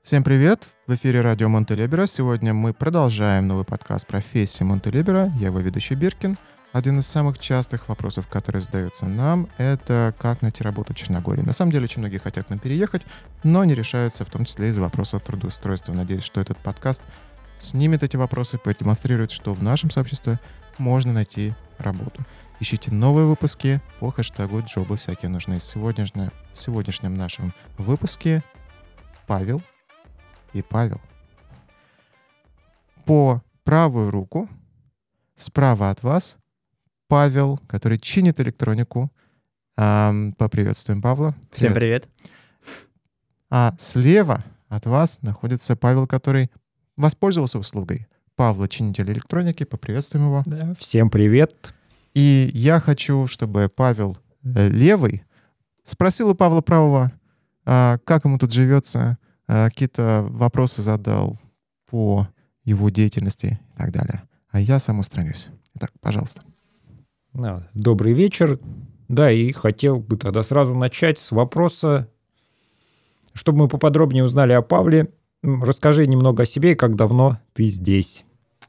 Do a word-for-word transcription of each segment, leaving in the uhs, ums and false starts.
Всем привет! В эфире радио Монтелибера. Сегодня мы продолжаем новый подкаст «Профессия Монтелибера». Я его ведущий Биркин. Один из самых частых вопросов, которые задаются нам, это как найти работу в Черногории. На самом деле, очень многие хотят нам переехать, но не решаются, в том числе из-за вопросов трудоустройства. Надеюсь, что этот подкаст снимет эти вопросы, продемонстрирует, что в нашем сообществе можно найти работу. Ищите новые выпуски по хэштегу «Джобы всякие нужны». Сегодняшне, в сегодняшнем нашем выпуске Павел и Павел. По правую руку, справа от вас, Павел, который чинит электронику. Эм, поприветствуем Павла. Всем привет. А слева от вас находится Павел, который воспользовался услугой Павла, чинителя электроники. Поприветствуем его. Да, всем привет. И я хочу, чтобы Павел э, левый спросил у Павла правого, э, как ему тут живется, э, какие-то вопросы задал по его деятельности и так далее. А я сам устранюсь. Итак, пожалуйста. Добрый вечер. Да, и хотел бы тогда сразу начать с вопроса, чтобы мы поподробнее узнали о Павле. Расскажи немного о себе и как давно ты здесь.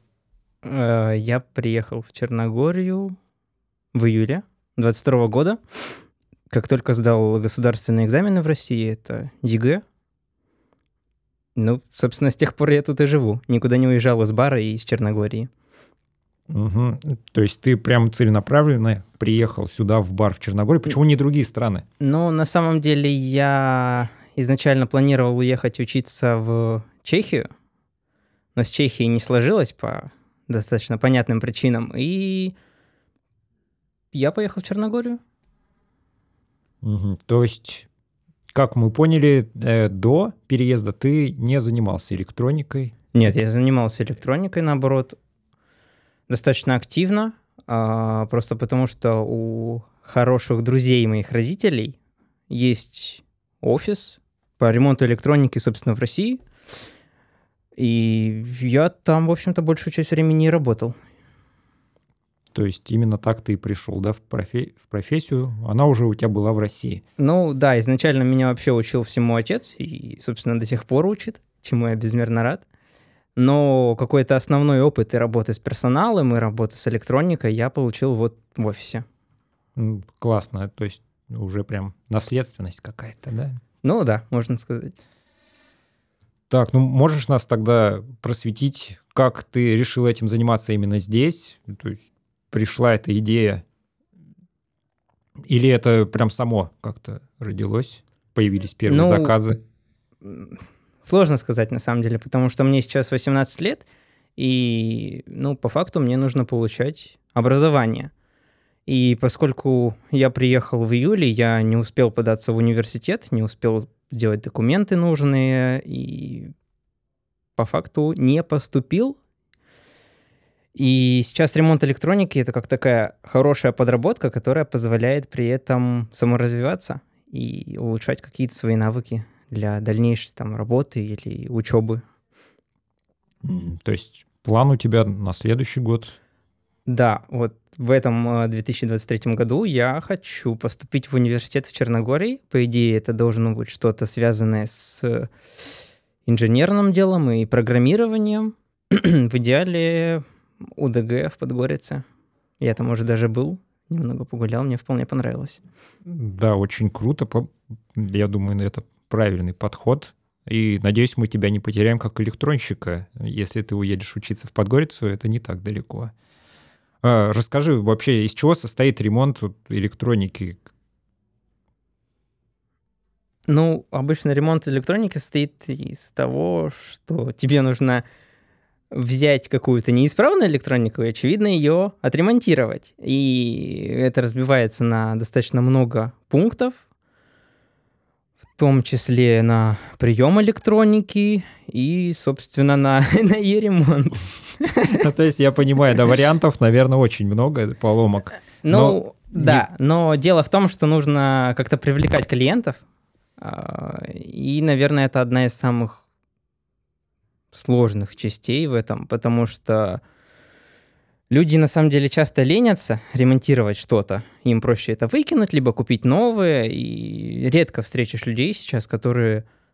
Я приехал в Черногорию в июле двадцать второго года. Как только сдал государственные экзамены в России, это ЕГЭ. Ну, собственно, с тех пор я тут и живу. Никуда не уезжал из бара и из Черногории. Угу. То есть ты прям целенаправленно приехал сюда в бар в Черногории. Почему не другие страны? Ну, на самом деле я изначально планировал уехать учиться в Чехию, но с Чехией не сложилось по достаточно понятным причинам, и я поехал в Черногорию. Угу. То есть, как мы поняли, э, до переезда ты не занимался электроникой? Нет, я занимался электроникой, наоборот, достаточно активно, а, просто потому что у хороших друзей моих родителей есть офис по ремонту электроники, собственно, в России, и я там, в общем-то, большую часть времени и работал. То есть именно так ты и пришел, да, в, профи- в профессию? Она уже у тебя была в России? Ну да, изначально меня вообще учил всему отец, и, собственно, до сих пор учит, чему я безмерно рад. Но какой-то основной опыт и работы с персоналом, и работы с электроникой я получил вот в офисе. Классно, то есть уже прям наследственность какая-то, да? Ну да, можно сказать. Так, ну можешь нас тогда просветить, как ты решил этим заниматься именно здесь? То есть пришла эта идея, или это прям само как-то родилось? Появились первые ну, заказы? Сложно сказать, на самом деле, потому что мне сейчас восемнадцать лет, и, ну, по факту мне нужно получать образование. И поскольку я приехал в июле, я не успел податься в университет, не успел сделать документы нужные, и по факту не поступил. И сейчас ремонт электроники — это как такая хорошая подработка, которая позволяет при этом саморазвиваться и улучшать какие-то свои навыки для дальнейшей там работы или учебы. То есть план у тебя на следующий год? Да, вот в этом две тысячи двадцать третьем году я хочу поступить в университет в Черногории. По идее, это должно быть что-то связанное с инженерным делом и программированием. В идеале УДГ в Подгорице. Я там уже даже был, немного погулял, мне вполне понравилось. Да, очень круто. Я думаю, это правильный подход. И надеюсь, мы тебя не потеряем как электронщика. Если ты уедешь учиться в Подгорицу, это не так далеко. А, расскажи вообще, из чего состоит ремонт электроники? Ну, обычно ремонт электроники состоит из того, что тебе нужно взять какую-то неисправную электронику и, очевидно, ее отремонтировать. И это разбивается на достаточно много пунктов, в том числе на прием электроники и, собственно, на, на ее ремонт. Ну, то есть я понимаю, да, вариантов, наверное, очень много, поломок. Ну, да, но дело в том, что нужно как-то привлекать клиентов, и, наверное, это одна из самых сложных частей в этом, потому что люди на самом деле часто ленятся ремонтировать что-то. Им проще это выкинуть, либо купить новое. И редко встретишь людей сейчас, которые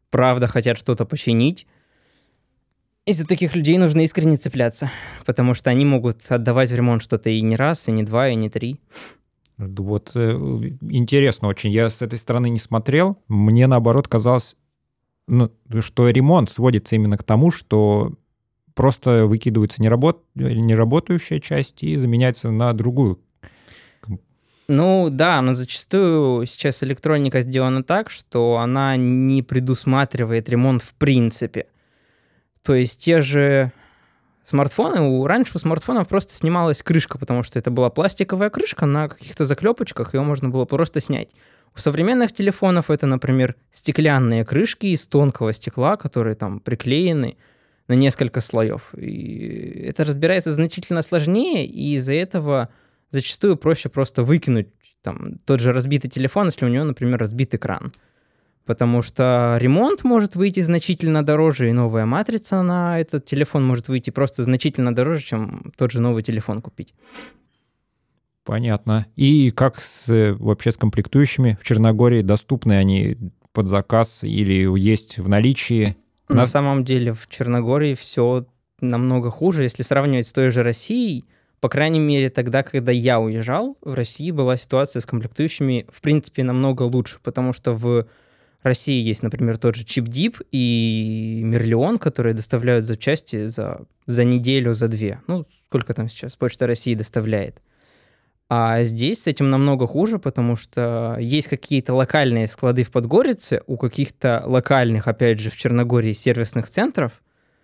правда хотят что-то починить. И за таких людей нужно искренне цепляться, потому что они могут отдавать в ремонт что-то и не раз, и не два, и не три. Вот э, интересно очень. Я с этой стороны не смотрел. Мне, наоборот, казалось, ну, что ремонт сводится именно к тому, что просто выкидывается неработ... неработающая часть и заменяется на другую. Ну да, но зачастую сейчас электроника сделана так, что она не предусматривает ремонт в принципе. То есть те же смартфоны, у, раньше у смартфонов просто снималась крышка, потому что это была пластиковая крышка на каких-то заклепочках, ее можно было просто снять. У современных телефонов это, например, стеклянные крышки из тонкого стекла, которые там приклеены на несколько слоев. И это разбирается значительно сложнее, и из-за этого зачастую проще просто выкинуть там, тот же разбитый телефон, если у него, например, разбит экран. Потому что ремонт может выйти значительно дороже, и новая матрица на этот телефон может выйти просто значительно дороже, чем тот же новый телефон купить. Понятно. И как с, вообще с комплектующими в Черногории? Доступны они под заказ или есть в наличии? На Нас... самом деле в Черногории все намного хуже. Если сравнивать с той же Россией, по крайней мере, тогда, когда я уезжал, в России была ситуация с комплектующими, в принципе, намного лучше, потому что в России есть, например, тот же ChipDeep и Мерлион, которые доставляют запчасти за, за неделю, за две. Ну, сколько там сейчас Почта России доставляет. А здесь с этим намного хуже, потому что есть какие-то локальные склады в Подгорице, у каких-то локальных, опять же, в Черногории сервисных центров,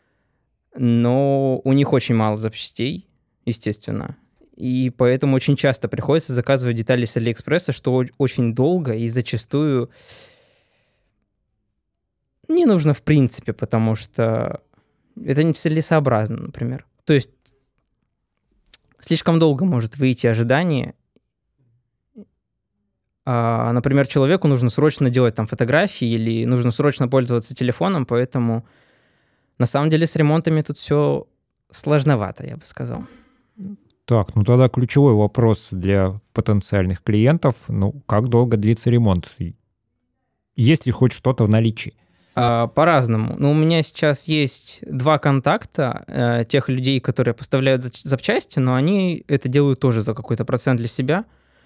но у них очень мало запчастей, естественно. И поэтому очень часто приходится заказывать детали с Алиэкспресса, что очень долго и зачастую не нужно в принципе, потому что это нецелесообразно, например. То есть слишком долго может выйти ожидание. А, например, человеку нужно срочно делать там фотографии или нужно срочно пользоваться телефоном, поэтому на самом деле с ремонтами тут все сложновато, я бы сказал. Так, ну тогда ключевой вопрос для потенциальных клиентов. Ну, как долго длится ремонт? Есть ли хоть что-то в наличии? А, по-разному. Ну, у меня сейчас есть два контакта э, тех людей, которые поставляют запчасти, но они это делают тоже за какой-то процент для себя,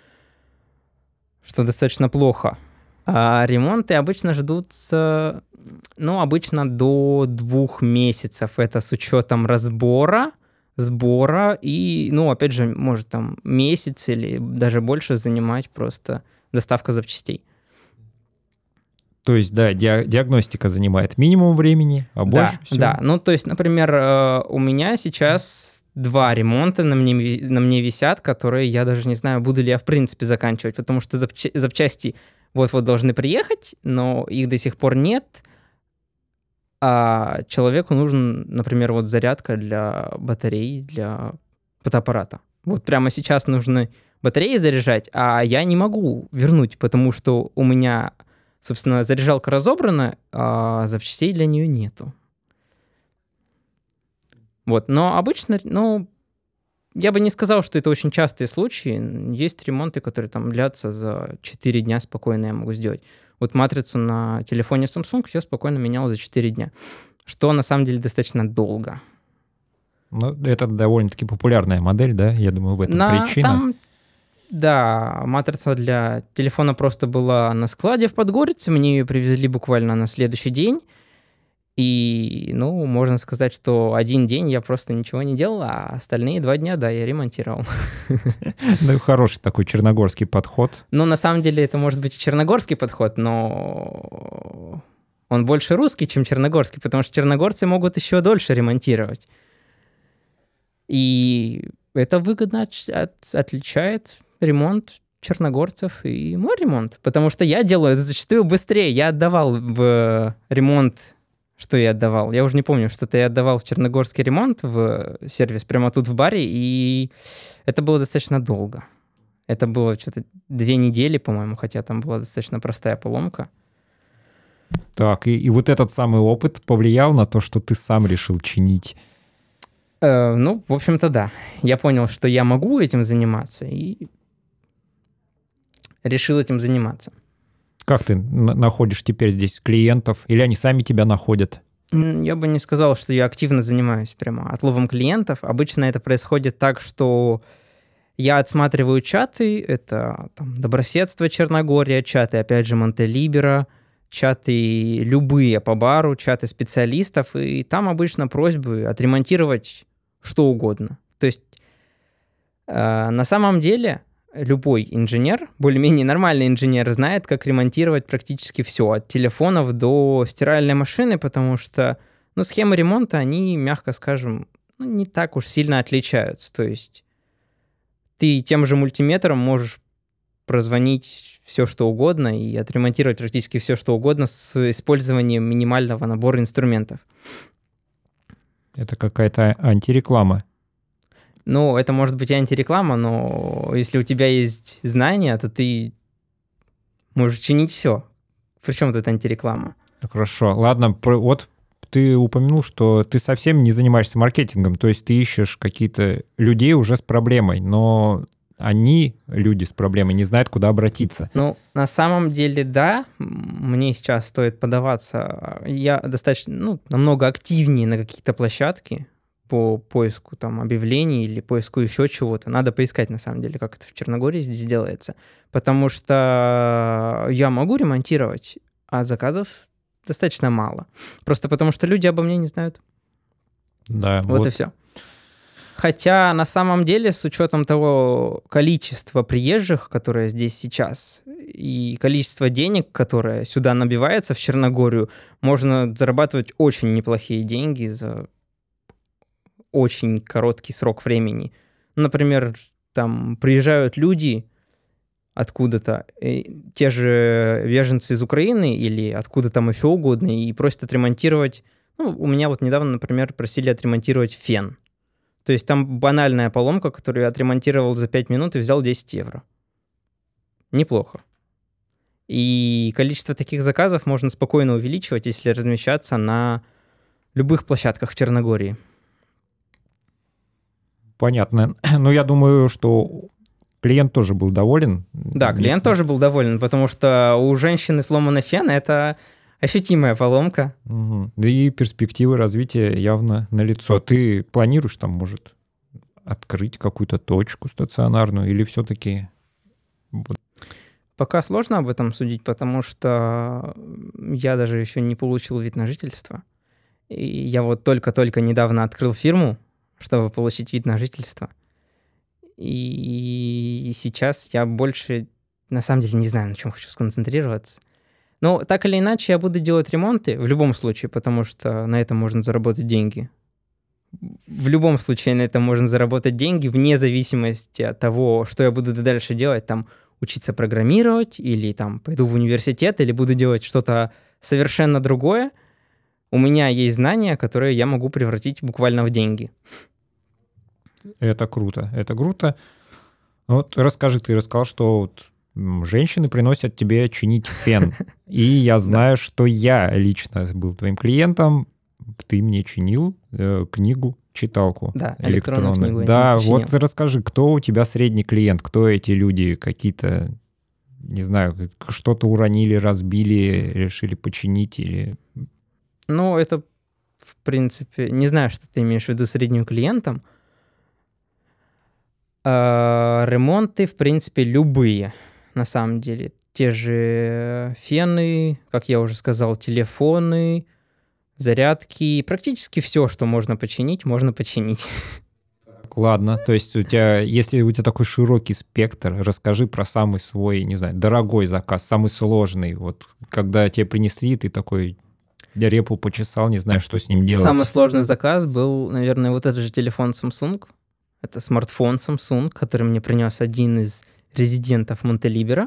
что достаточно плохо. А ремонты обычно ждутся, ну, обычно до двух месяцев. Это с учетом разбора, сбора и, ну, опять же, может там месяц или даже больше занимать просто доставка запчастей. То есть, да, диагностика занимает минимум времени, а больше да, всего? Да, ну, то есть, например, у меня сейчас два ремонта на мне, на мне висят, которые я даже не знаю, буду ли я в принципе заканчивать, потому что запча- запчасти вот-вот должны приехать, но их до сих пор нет, а человеку нужен, например, вот зарядка для батарей, для фотоаппарата. Вот прямо сейчас нужно батареи заряжать, а я не могу вернуть, потому что у меня... Собственно, заряжалка разобрана, а запчастей для нее нету. Вот, но обычно, ну, я бы не сказал, что это очень частые случаи. Есть ремонты, которые там длятся за четыре дня спокойно я могу сделать. Вот матрицу на телефоне Samsung я спокойно менял за четыре дня, что на самом деле достаточно долго. Ну, это довольно-таки популярная модель, да? Я думаю, в этом на, причина. Там... Да, матрица для телефона просто была на складе в Подгорице, мне ее привезли буквально на следующий день, и, ну, можно сказать, что один день я просто ничего не делал, а остальные два дня, да, я ремонтировал. Ну, хороший такой черногорский подход. Ну, на самом деле, это может быть и черногорский подход, но он больше русский, чем черногорский, потому что черногорцы могут еще дольше ремонтировать. И это выгодно от, от, отличает ремонт черногорцев и мой ремонт, потому что я делаю это зачастую быстрее. Я отдавал в ремонт, что я отдавал, я уже не помню, что-то я отдавал в черногорский ремонт в сервис прямо тут в баре, и это было достаточно долго. Это было что-то две недели, по-моему, хотя там была достаточно простая поломка. Так, и, и вот этот самый опыт повлиял на то, что ты сам решил чинить? Э, ну, в общем-то, да. Я понял, что я могу этим заниматься, и решил этим заниматься. Как ты находишь теперь здесь клиентов? Или они сами тебя находят? Я бы не сказал, что я активно занимаюсь прямо отловом клиентов. Обычно это происходит так, что я отсматриваю чаты, это там, Добросетство Черногория, чаты, опять же, Монтелибера, чаты любые по бару, чаты специалистов, и там обычно просьбы отремонтировать что угодно. То есть э, на самом деле любой инженер, более-менее нормальный инженер, знает, как ремонтировать практически все, от телефонов до стиральной машины, потому что ну, схемы ремонта, они, мягко скажем, ну, не так уж сильно отличаются. То есть ты тем же мультиметром можешь прозвонить все, что угодно и отремонтировать практически все, что угодно с использованием минимального набора инструментов. Это какая-то антиреклама. Ну, это может быть и антиреклама, но если у тебя есть знания, то ты можешь чинить все. Причем тут антиреклама? Хорошо. Ладно, вот ты упомянул, что ты совсем не занимаешься маркетингом, то есть ты ищешь какие-то людей уже с проблемой, но они, люди с проблемой, не знают, куда обратиться. Ну, на самом деле, да, мне сейчас стоит подаваться. Я достаточно, ну, намного активнее на какие-то площадки по поиску там объявлений или поиску еще чего-то. Надо поискать, на самом деле, как это в Черногории здесь делается. Потому что я могу ремонтировать, а заказов достаточно мало. Просто потому что люди обо мне не знают. Да, вот, вот и все. Хотя на самом деле, с учетом того количества приезжих, которое здесь сейчас, и количества денег, которое сюда набивается в Черногорию, можно зарабатывать очень неплохие деньги за очень короткий срок времени. Например, там приезжают люди откуда-то, те же беженцы из Украины или откуда там еще угодно, и просят отремонтировать. Ну, у меня вот недавно, например, просили отремонтировать фен. То есть там банальная поломка, которую я отремонтировал за пять минут и взял десять евро. Неплохо. И количество таких заказов можно спокойно увеличивать, если размещаться на любых площадках в Черногории. Понятно. Ну, я думаю, что клиент тоже был доволен. Да, клиент если... тоже был доволен, потому что у женщины сломанный фен — это ощутимая поломка. Угу. Да и перспективы развития явно налицо. Ты планируешь там, может, открыть какую-то точку стационарную или все-таки... Пока сложно об этом судить, потому что я даже еще не получил вид на жительство. И я вот только-только недавно открыл фирму, чтобы получить вид на жительство. И сейчас я больше, на самом деле, не знаю, на чем хочу сконцентрироваться. Но так или иначе я буду делать ремонты в любом случае, потому что на этом можно заработать деньги. В любом случае на этом можно заработать деньги, вне зависимости от того, что я буду дальше делать, там, учиться программировать, или там пойду в университет, или буду делать что-то совершенно другое. У меня есть знания, которые я могу превратить буквально в деньги. Это круто, это круто. Вот расскажи, ты рассказал, что вот женщины приносят тебе чинить фен. И я знаю, что я лично был твоим клиентом, ты мне чинил э, книгу, читалку. Да, электронную книгу. Да, вот расскажи, кто у тебя средний клиент, кто эти люди, какие-то, не знаю, что-то уронили, разбили, решили починить или... Ну, это, в принципе, не знаю, что ты имеешь в виду средним клиентом. А, ремонты, в принципе, любые, на самом деле. Те же фены, как я уже сказал, телефоны, зарядки. Практически все, что можно починить, можно починить. Ладно, то есть у тебя, если у тебя такой широкий спектр, расскажи про самый свой, не знаю, дорогой заказ, самый сложный. Вот когда тебе принесли, ты такой... Я репу почесал, не знаю, что с ним делать. Самый сложный заказ был, наверное, вот этот же телефон Samsung. Это смартфон Samsung, который мне принес один из резидентов Монтелибера.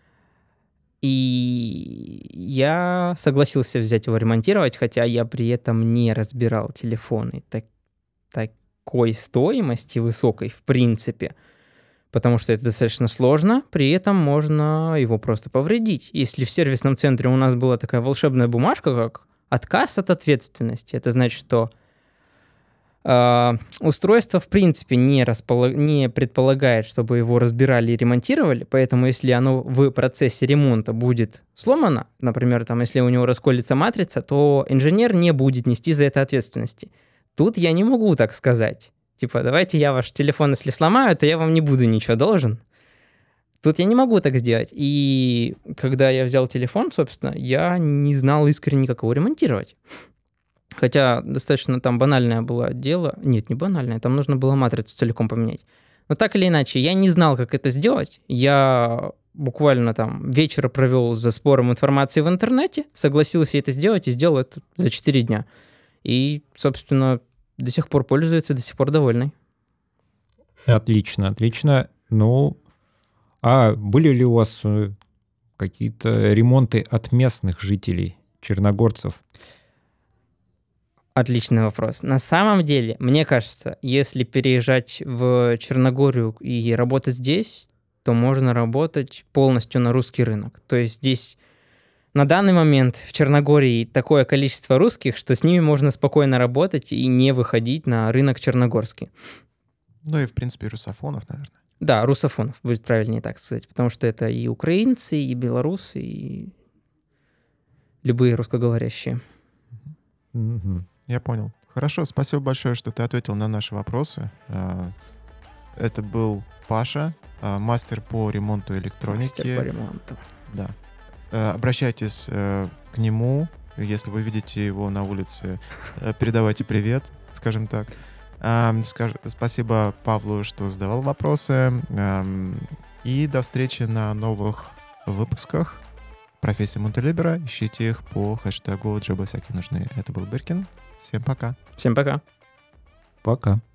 И я согласился взять его ремонтировать, хотя я при этом не разбирал телефоны так, такой стоимости высокой, в принципе. Потому что это достаточно сложно, при этом можно его просто повредить. Если в сервисном центре у нас была такая волшебная бумажка, как отказ от ответственности, это значит, что Uh, устройство, в принципе, не, располаг... не предполагает, чтобы его разбирали и ремонтировали, поэтому если оно в процессе ремонта будет сломано, например, там, если у него расколется матрица, то инженер не будет нести за это ответственности. Тут я не могу так сказать. Типа, давайте я ваш телефон, если сломаю, то я вам не буду ничего должен. Тут я не могу так сделать. И когда я взял телефон, собственно, я не знал искренне, как его ремонтировать. Хотя достаточно там банальное было дело. Нет, не банальное, там нужно было матрицу целиком поменять. Но так или иначе, я не знал, как это сделать. Я буквально там вечер провел за сбором информации в интернете, согласился это сделать и сделал это за четыре дня. И, собственно, до сих пор пользуется, до сих пор довольный. Отлично, отлично. Ну, а были ли у вас какие-то ремонты от местных жителей, черногорцев? Отличный вопрос. На самом деле, мне кажется, если переезжать в Черногорию и работать здесь, то можно работать полностью на русский рынок. То есть здесь на данный момент в Черногории такое количество русских, что с ними можно спокойно работать и не выходить на рынок черногорский. Ну и, в принципе, русофонов, наверное. Да, русофонов, будет правильнее так сказать, потому что это и украинцы, и белорусы, и любые русскоговорящие. Mm-hmm. Я понял. Хорошо, спасибо большое, что ты ответил на наши вопросы. Это был Паша, мастер по ремонту электроники. Мастер по ремонту. Да. Обращайтесь к нему, если вы видите его на улице, передавайте привет, скажем так. Спасибо Павлу, что задавал вопросы. И до встречи на новых выпусках профессии Монтелибера. Ищите их по хэштегу «Джобы всякие нужны». Это был Биркин. Всем пока. Всем пока. Пока.